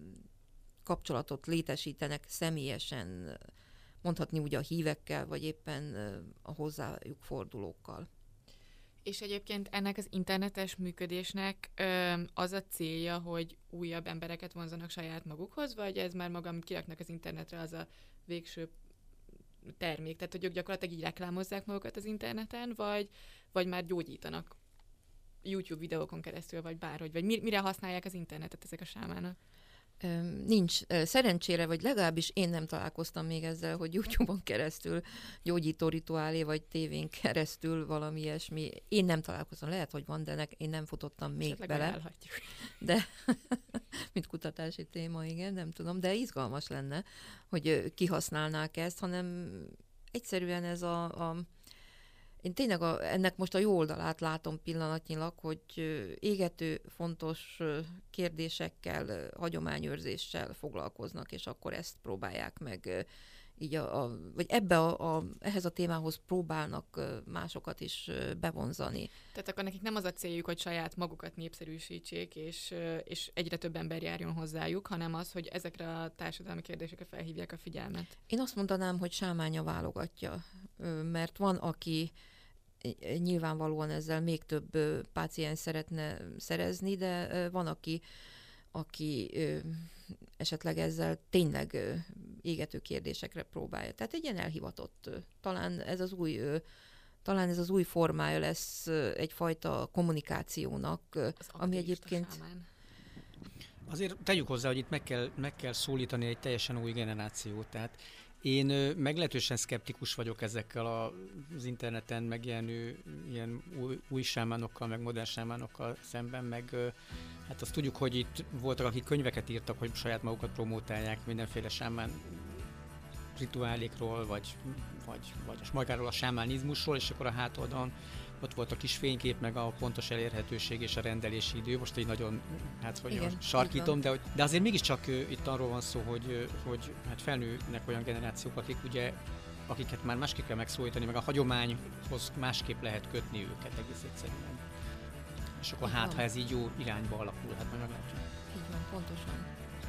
kapcsolatot létesítenek személyesen, mondhatni úgy a hívekkel, vagy éppen ö, a hozzájuk fordulókkal. És egyébként ennek az internetes működésnek ö, az a célja, hogy újabb embereket vonzanak saját magukhoz, vagy ez már maga, amit kiraknak az internetre, az a végső termék? Tehát, hogy ők gyakorlatilag így reklámozzák magukat az interneten, vagy, vagy már gyógyítanak YouTube videókon keresztül, vagy bárhogy, vagy mire használják az internetet ezek a sámánok? Nincs. Szerencsére, vagy legalábbis én nem találkoztam még ezzel, hogy YouTube-on keresztül gyógyító rituálé, vagy tévén keresztül valami ilyesmi. Én nem találkoztam. Lehet, hogy van, de én nem futottam még Esetleg bele. elhagyjuk. De, mint kutatási téma, igen, nem tudom, de izgalmas lenne, hogy kihasználnák ezt, hanem egyszerűen ez a... a Én tényleg a, ennek most a jó oldalát látom pillanatnyilag, hogy égető, fontos kérdésekkel, hagyományőrzéssel foglalkoznak, és akkor ezt próbálják meg, így a, a, vagy ebbe a, a, ehhez a témához próbálnak másokat is bevonzani. Tehát akkor nekik nem az a céljuk, hogy saját magukat népszerűsítsék, és, és egyre több ember járjon hozzájuk, hanem az, hogy ezekre a társadalmi kérdésekre felhívják a figyelmet. Én azt mondanám, hogy sámánya válogatja, mert van, aki nyilvánvalóan ezzel még több páciens szeretne szerezni, de van, aki, aki esetleg ezzel tényleg égető kérdésekre próbálja. Tehát egy ilyen elhivatott. Talán ez az új, talán ez az új formája lesz egyfajta kommunikációnak, az ami egyébként... Sámán. Azért tegyük hozzá, hogy itt meg kell, meg kell szólítani egy teljesen új generációt. Tehát én meglehetősen szkeptikus vagyok ezekkel az interneten megjelenő ilyen új, új sámánokkal, meg modern sámánokkal szemben, meg hát azt tudjuk, hogy itt voltak, akik könyveket írtak, hogy saját magukat promótálják mindenféle sámán rituálékról, vagy, vagy, vagy magáról a sámánizmusról, és akkor a hátoldalon ott volt a kis fénykép, meg a pontos elérhetőség és a rendelési idő. Most így nagyon, hát vagy Igen, sarkítom, de, de azért mégiscsak uh, itt arról van szó, hogy, uh, hogy hát felnőnek olyan generációk, akik ugye, akiket már másképp kell megszólítani, meg a hagyományhoz másképp lehet kötni őket egész egyszerűen. És akkor hát, ha ez így jó irányba alakul, hát majd meglátjuk. Így van, pontosan.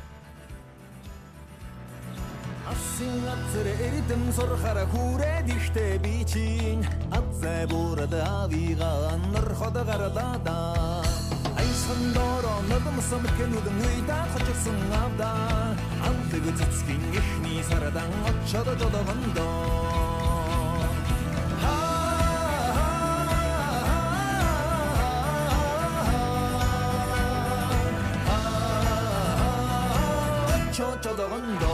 Assin atsere eridim sorkhara kure dişte biçin Atze burada vigan nırhoda garadada Aysan doro nadım samken udum uyda kaçırsın avda Antıgı tütskin ihni saradan açada jodaganda 저저더건도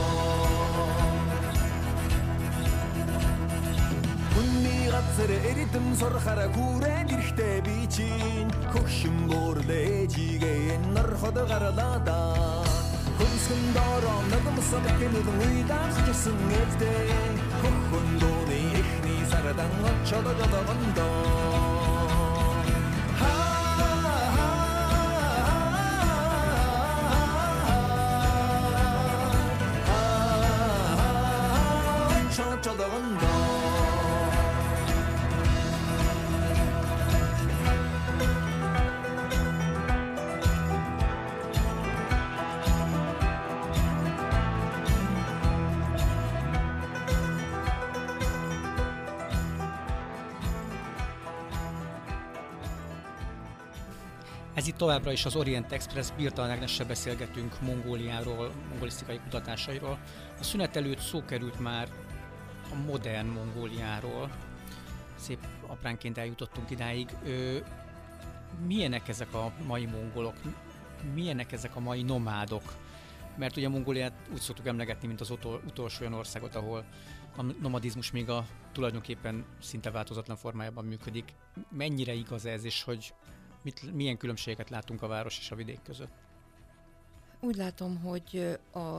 Hunnigatsere eridim sorkhara kure dirhte biçin Koşum borde jigen narhoda garalada Kunskun doro nadım sabken udum uyda kaçırsın evde Kokhundoni ihni saradan açada jodaganda Ez itt továbbra is az Orient Express, Birtal Ágnessel beszélgetünk Mongóliáról, mongolisztikai kutatásairól. A szünet előtt szó került már a modern Mongóliáról. Szép apránként eljutottunk idáig. Ö, milyenek ezek a mai mongolok? Milyenek ezek a mai nomádok? Mert ugye Mongóliát úgy szoktuk emlegetni, mint az utol, utolsó olyan országot, ahol a nomadizmus még a tulajdonképpen szinte változatlan formájában működik. Mennyire igaz ez, és hogy Mit, milyen különbségeket látunk a város és a vidék között? Úgy látom, hogy a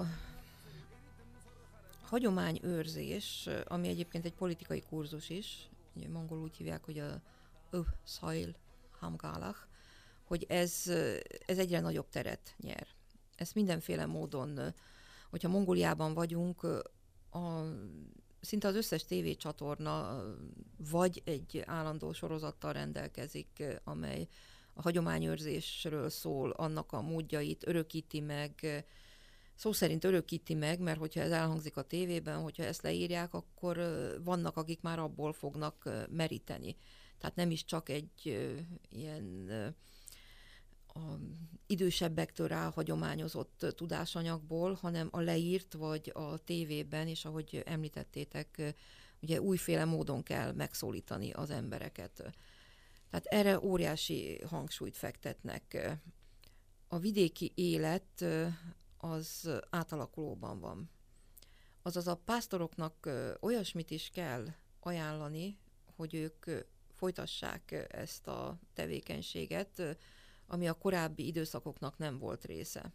hagyományőrzés, ami egyébként egy politikai kurzus is, ugye mongol úgy hívják, hogy a Öh Szajl Hamgálach, hogy ez, ez egyre nagyobb teret nyer. Ezt mindenféle módon, hogyha Mongóliában vagyunk, a, szinte az összes tévécsatorna vagy egy állandó sorozattal rendelkezik, amely a hagyományőrzésről szól, annak a módjait örökíti meg, szó szerint örökíti meg, mert hogyha ez elhangzik a tévében, hogyha ezt leírják, akkor vannak, akik már abból fognak meríteni. Tehát nem is csak egy ilyen a idősebbektől ráhagyományozott tudásanyagból, hanem a leírt vagy a tévében, és ahogy említettétek, ugye újféle módon kell megszólítani az embereket. Tehát erre óriási hangsúlyt fektetnek. A vidéki élet az átalakulóban van. Azaz a pásztoroknak olyasmit is kell ajánlani, hogy ők folytassák ezt a tevékenységet, ami a korábbi időszakoknak nem volt része.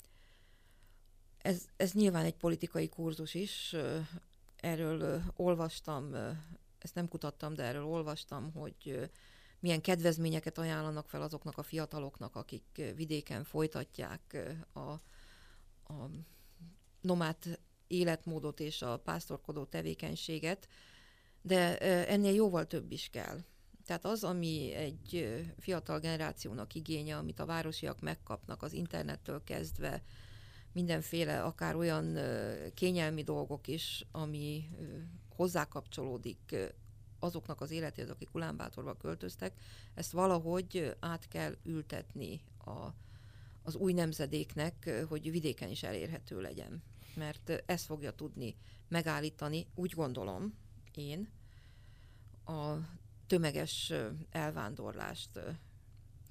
Ez, ez nyilván egy politikai kurzus is, erről olvastam, ezt nem kutattam, de erről olvastam, hogy milyen kedvezményeket ajánlanak fel azoknak a fiataloknak, akik vidéken folytatják a, a nomád életmódot és a pásztorkodó tevékenységet, de ennél jóval több is kell. Tehát az, ami egy fiatal generációnak igénye, amit a városiak megkapnak az internettől kezdve, mindenféle akár olyan kényelmi dolgok is, ami hozzákapcsolódik azoknak az életéhez, akik Ulánbátorba költöztek, ezt valahogy át kell ültetni a, az új nemzedéknek, hogy vidéken is elérhető legyen. Mert ezt fogja tudni megállítani, úgy gondolom én, a tömeges elvándorlást.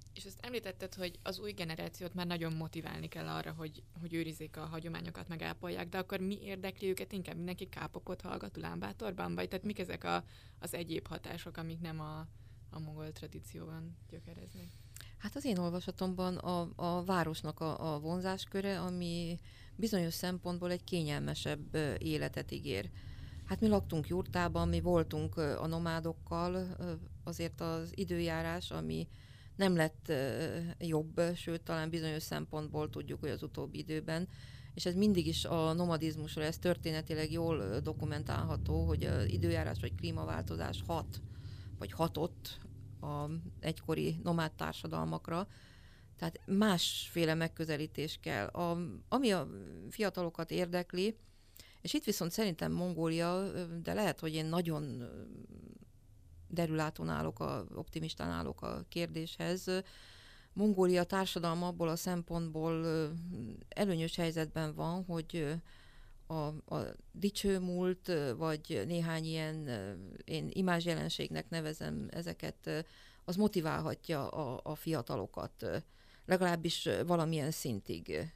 És ezt említetted, hogy az új generációt már nagyon motiválni kell arra, hogy, hogy őrizzék a hagyományokat, meg ápolják, de akkor mi érdekli őket? Inkább mindenki K-popot hallgat Ulánbátorban? Vagy tehát mik ezek a, az egyéb hatások, amik nem a, a mongol tradícióban gyökereznek? Hát az én olvasatomban a, a városnak a, a vonzásköre, ami bizonyos szempontból egy kényelmesebb életet ígér. Hát mi laktunk jurtában, mi voltunk a nomádokkal, azért az időjárás, ami nem lett jobb, sőt, talán bizonyos szempontból tudjuk, hogy az utóbbi időben, és ez mindig is a nomadizmusra, ez történetileg jól dokumentálható, hogy az időjárás vagy klímaváltozás hat, vagy hatott az egykori nomád társadalmakra. Tehát másféle megközelítés kell. A, ami a fiatalokat érdekli, és itt viszont szerintem Mongólia, de lehet, hogy én nagyon derülátón állok, a, optimistán állok a kérdéshez. Mongólia társadalma abból a szempontból előnyös helyzetben van, hogy a, a dicső múlt, vagy néhány ilyen, én imázsjelenségnek nevezem ezeket, az motiválhatja a, a fiatalokat, legalábbis valamilyen szintig.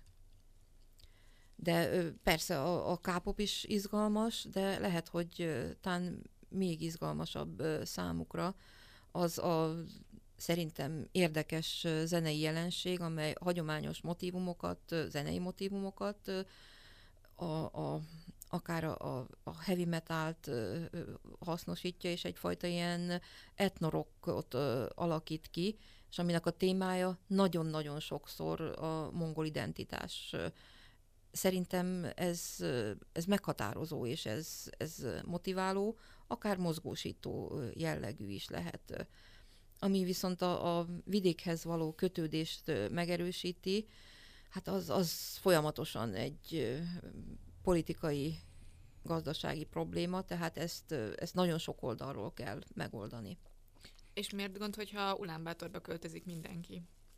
De persze a, a K-pop is izgalmas, de lehet, hogy talán még izgalmasabb számukra az a szerintem érdekes zenei jelenség, amely hagyományos motívumokat, zenei motívumokat, a, a, akár a, a heavy metalt hasznosítja, és egyfajta ilyen etnorockot alakít ki, és aminek a témája nagyon-nagyon sokszor a mongol identitás. Szerintem ez, ez meghatározó, és ez, ez motiváló, akár mozgósító jellegű is lehet. Ami viszont a, a vidékhez való kötődést megerősíti, hát az, az folyamatosan egy politikai, gazdasági probléma, tehát ezt, ezt nagyon sok oldalról kell megoldani. És miért gond, hogyha Ulánbátorba költözik mindenki?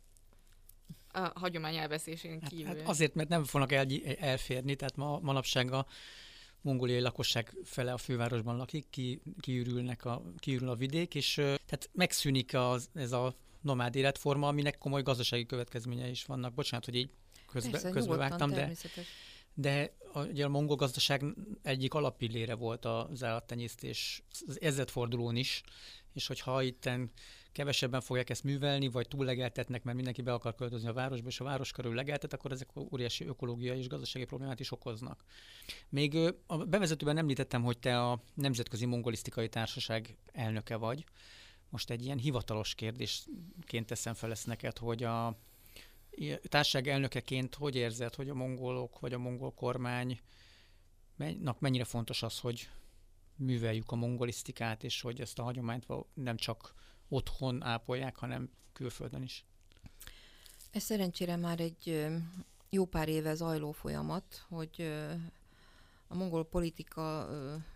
A hagyomány elveszésén kívül. Hát, hát azért, mert nem fognak el, elférni, tehát ma, manapság a mongóliai lakosság fele a fővárosban lakik, ki, kiürülnek a, kiürül a vidék, és tehát megszűnik az, ez a nomád életforma, aminek komoly gazdasági következményei is vannak. Bocsánat, hogy így közbe, közbevágtam, de, de a, ugye a mongol gazdaság egyik alappillére volt az állattenyésztés az ezredfordulón is, és hogyha itten kevesebben fogják ezt művelni, vagy túllegeltetnek, mert mindenki be akar költözni a városba, és a város körül legeltet, akkor ezek óriási ökológiai és gazdasági problémát is okoznak. Még a bevezetőben említettem, hogy te a Nemzetközi Mongolisztikai Társaság elnöke vagy. Most egy ilyen hivatalos kérdésként teszem fel ezt neked, hogy a társaság elnökeként hogy érzed, hogy a mongolok, vagy a mongol kormánynak mennyire fontos az, hogy műveljük a mongolisztikát, és hogy ezt a hagyományt nem csak otthon ápolják, hanem külföldön is. Ez szerencsére már egy jó pár éve zajló folyamat, hogy a mongol politika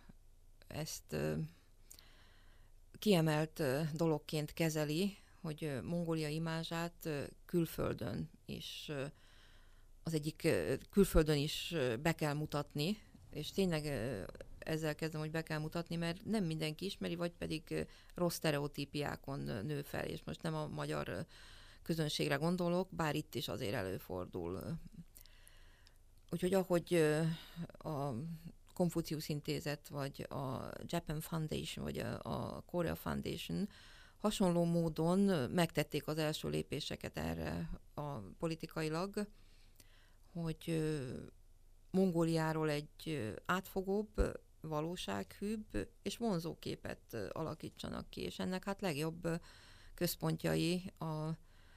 ezt kiemelt dologként kezeli, hogy Mongólia imázsát külföldön is, az egyik külföldön is be kell mutatni, és tényleg ezzel kezdem, hogy be kell mutatni, mert nem mindenki ismeri, vagy pedig rossz sztereotípiákon nő fel, és most nem a magyar közönségre gondolok, bár itt is azért előfordul. Úgyhogy ahogy a Konfuciusz Intézet, vagy a Japan Foundation, vagy a Korea Foundation hasonló módon megtették az első lépéseket erre a politikailag, hogy Mongóliáról egy átfogóbb, valósághűbb és vonzó képet alakítsanak ki, és ennek hát legjobb központjai a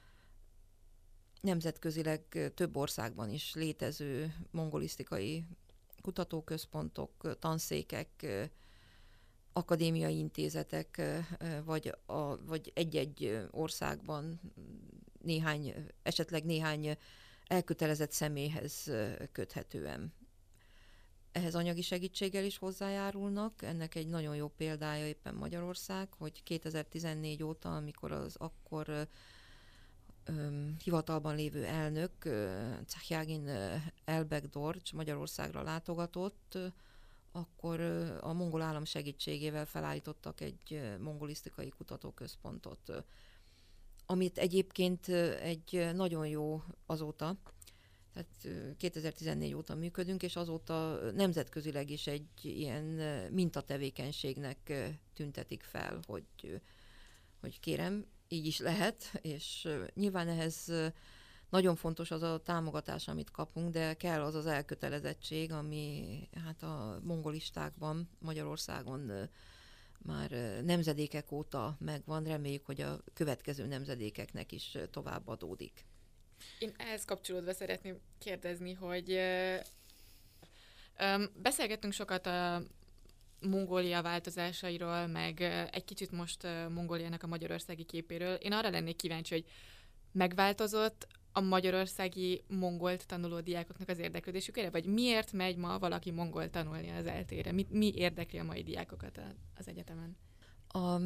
nemzetközileg több országban is létező mongolisztikai kutatóközpontok, tanszékek, akadémiai intézetek, vagy, a, vagy egy-egy országban néhány, esetleg néhány elkötelezett személyhez köthetően. Ehhez anyagi segítséggel is hozzájárulnak. Ennek egy nagyon jó példája éppen Magyarország, hogy kétezer-tizennégy óta, amikor az akkor öm, hivatalban lévő elnök, Cahjágin Elbek Dorcs Magyarországra látogatott, akkor a mongol állam segítségével felállítottak egy mongolisztikai kutatóközpontot. amit egyébként egy nagyon jó azóta, tehát kétezer-tizennégy óta működünk, és azóta nemzetközileg is egy ilyen mintatevékenységnek tüntetik fel, hogy, hogy kérem, így is lehet, és nyilván ehhez nagyon fontos az a támogatás, amit kapunk, de kell az az elkötelezettség, ami hát a mongolistákban, Magyarországon már nemzedékek óta megvan. Reméljük, hogy a következő nemzedékeknek is tovább adódik. Én ehhez kapcsolódva szeretném kérdezni, hogy ö, ö, beszélgettünk sokat a Mongólia változásairól, meg egy kicsit most Mongóliának a magyarországi képéről. Én arra lennék kíváncsi, hogy megváltozott a magyarországi mongolt tanuló diákoknak az érdeklődésükére, vagy miért megy ma valaki mongol tanulni az eltére? Mi, mi érdekli a mai diákokat az egyetemen? A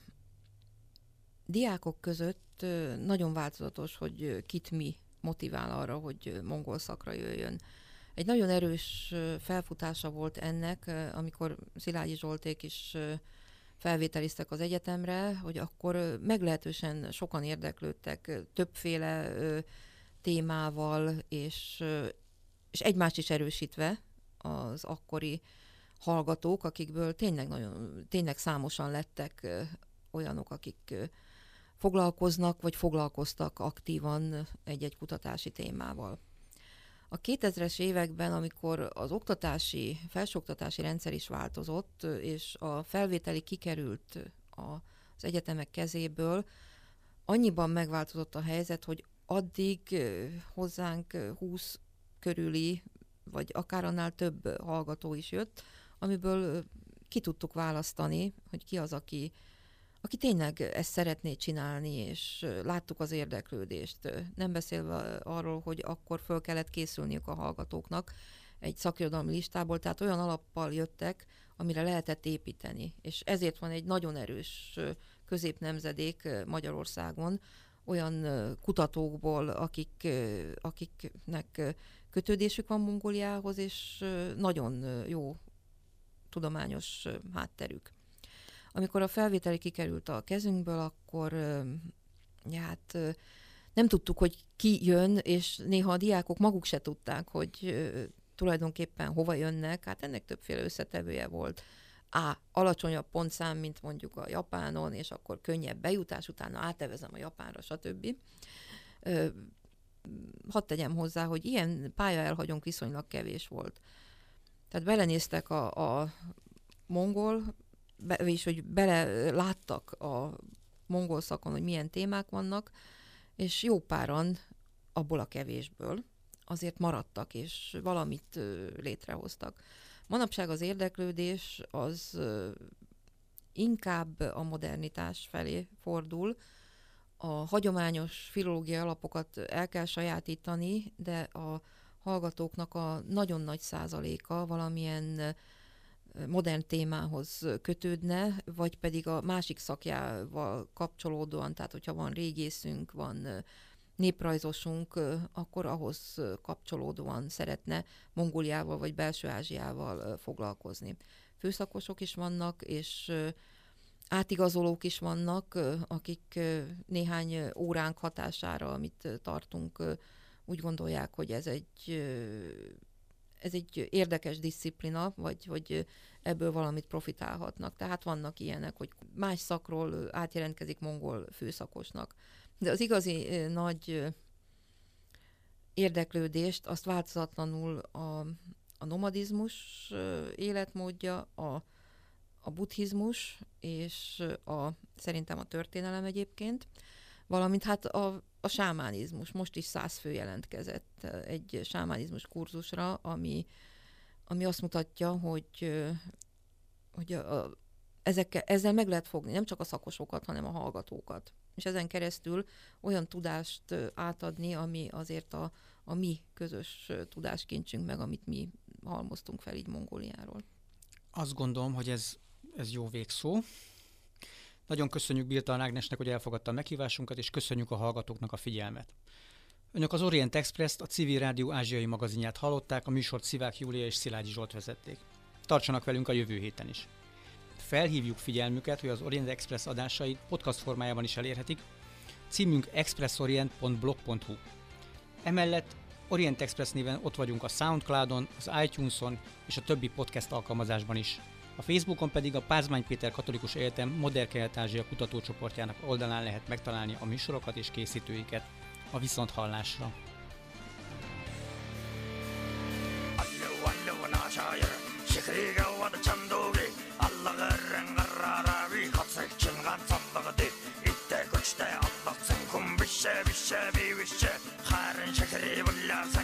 diákok között nagyon változatos, hogy kit mi motivál arra, hogy mongol szakra jöjjön. Egy nagyon erős felfutása volt ennek, amikor Szilágyi Zsolték is felvételiztek az egyetemre, hogy akkor meglehetősen sokan érdeklődtek többféle témával, és, és egymást is erősítve az akkori hallgatók, akikből tényleg, nagyon, tényleg számosan lettek olyanok, akik foglalkoznak, vagy foglalkoztak aktívan egy-egy kutatási témával. A kétezres években, amikor az oktatási, felsőoktatási rendszer is változott, és a felvételi kikerült az egyetemek kezéből, annyiban megváltozott a helyzet, hogy addig hozzánk húsz körüli, vagy akár annál több hallgató is jött, amiből ki tudtuk választani, hogy ki az, aki, aki tényleg ezt szeretné csinálni, és láttuk az érdeklődést. Nem beszélve arról, hogy akkor föl kellett készülniük a hallgatóknak egy szakirodalmi listából, tehát olyan alappal jöttek, amire lehetett építeni. És ezért van egy nagyon erős középnemzedék Magyarországon, olyan kutatókból, akik, akiknek kötődésük van Mongóliához, és nagyon jó tudományos hátterük. Amikor a felvételi kikerült a kezünkből, akkor ja, hát, nem tudtuk, hogy ki jön, és néha a diákok maguk se tudták, hogy tulajdonképpen hova jönnek. Hát ennek többféle összetevője volt. A. Alacsonyabb pontszám, mint mondjuk a japánon, és akkor könnyebb bejutás, utána átevezem a japánra, stb. Hadd tegyem hozzá, hogy ilyen pályaelhagyónk viszonylag kevés volt. Tehát belenéztek a, a mongol, be, és hogy bele láttak a mongol szakon, hogy milyen témák vannak, és jó páran abból a kevésből azért maradtak, és valamit létrehoztak. Manapság az érdeklődés az inkább a modernitás felé fordul. A hagyományos filológiai alapokat el kell sajátítani, de a hallgatóknak a nagyon nagy százaléka valamilyen modern témához kötődne, vagy pedig a másik szakjával kapcsolódóan, tehát hogyha van régészünk, van néprajzosunk, akkor ahhoz kapcsolódóan szeretne Mongóliával vagy Belső-Ázsiával foglalkozni. Főszakosok is vannak, és átigazolók is vannak, akik néhány óránk hatására, amit tartunk, úgy gondolják, hogy ez egy, ez egy érdekes diszciplina, vagy hogy ebből valamit profitálhatnak. Tehát vannak ilyenek, hogy más szakról átjelentkezik mongol főszakosnak. De az igazi nagy érdeklődést azt változatlanul a, a nomadizmus életmódja, a, a buddhizmus, és a, szerintem a történelem egyébként, valamint hát a, a sámánizmus. Most is száz fő jelentkezett egy sámánizmus kurzusra, ami, ami azt mutatja, hogy, hogy a, a, ezekkel, ezzel meg lehet fogni nem csak a szakosokat, hanem a hallgatókat. És ezen keresztül olyan tudást átadni, ami azért a, a mi közös tudáskincsünk meg, amit mi halmoztunk fel így Mongóliáról. Azt gondolom, hogy ez, ez jó végszó. Nagyon köszönjük Biltal Ágnesnek, hogy elfogadta a meghívásunkat, és köszönjük a hallgatóknak a figyelmet. Önök az Orient Express-t, a Civil Rádió ázsiai magazinját hallották, a műsort Szivák Júlia és Szilágyi Zsolt vezették. Tartsanak velünk a jövő héten is. Felhívjuk figyelmüket, hogy az Orient Express adásait podcast formájában is elérhetik. Címünk expressorient pont blog pont hu. Emellett Orient Express néven ott vagyunk a Soundcloudon, az iTunes-on és a többi podcast alkalmazásban is. A Facebookon pedig a Pázmány Péter Katolikus Egyetem Modern Kelet-Ázsia kutatócsoportjának oldalán lehet megtalálni a műsorokat és készítőiket. A viszonthallásra! Bitte, bitte, bitte, bitte, bitte,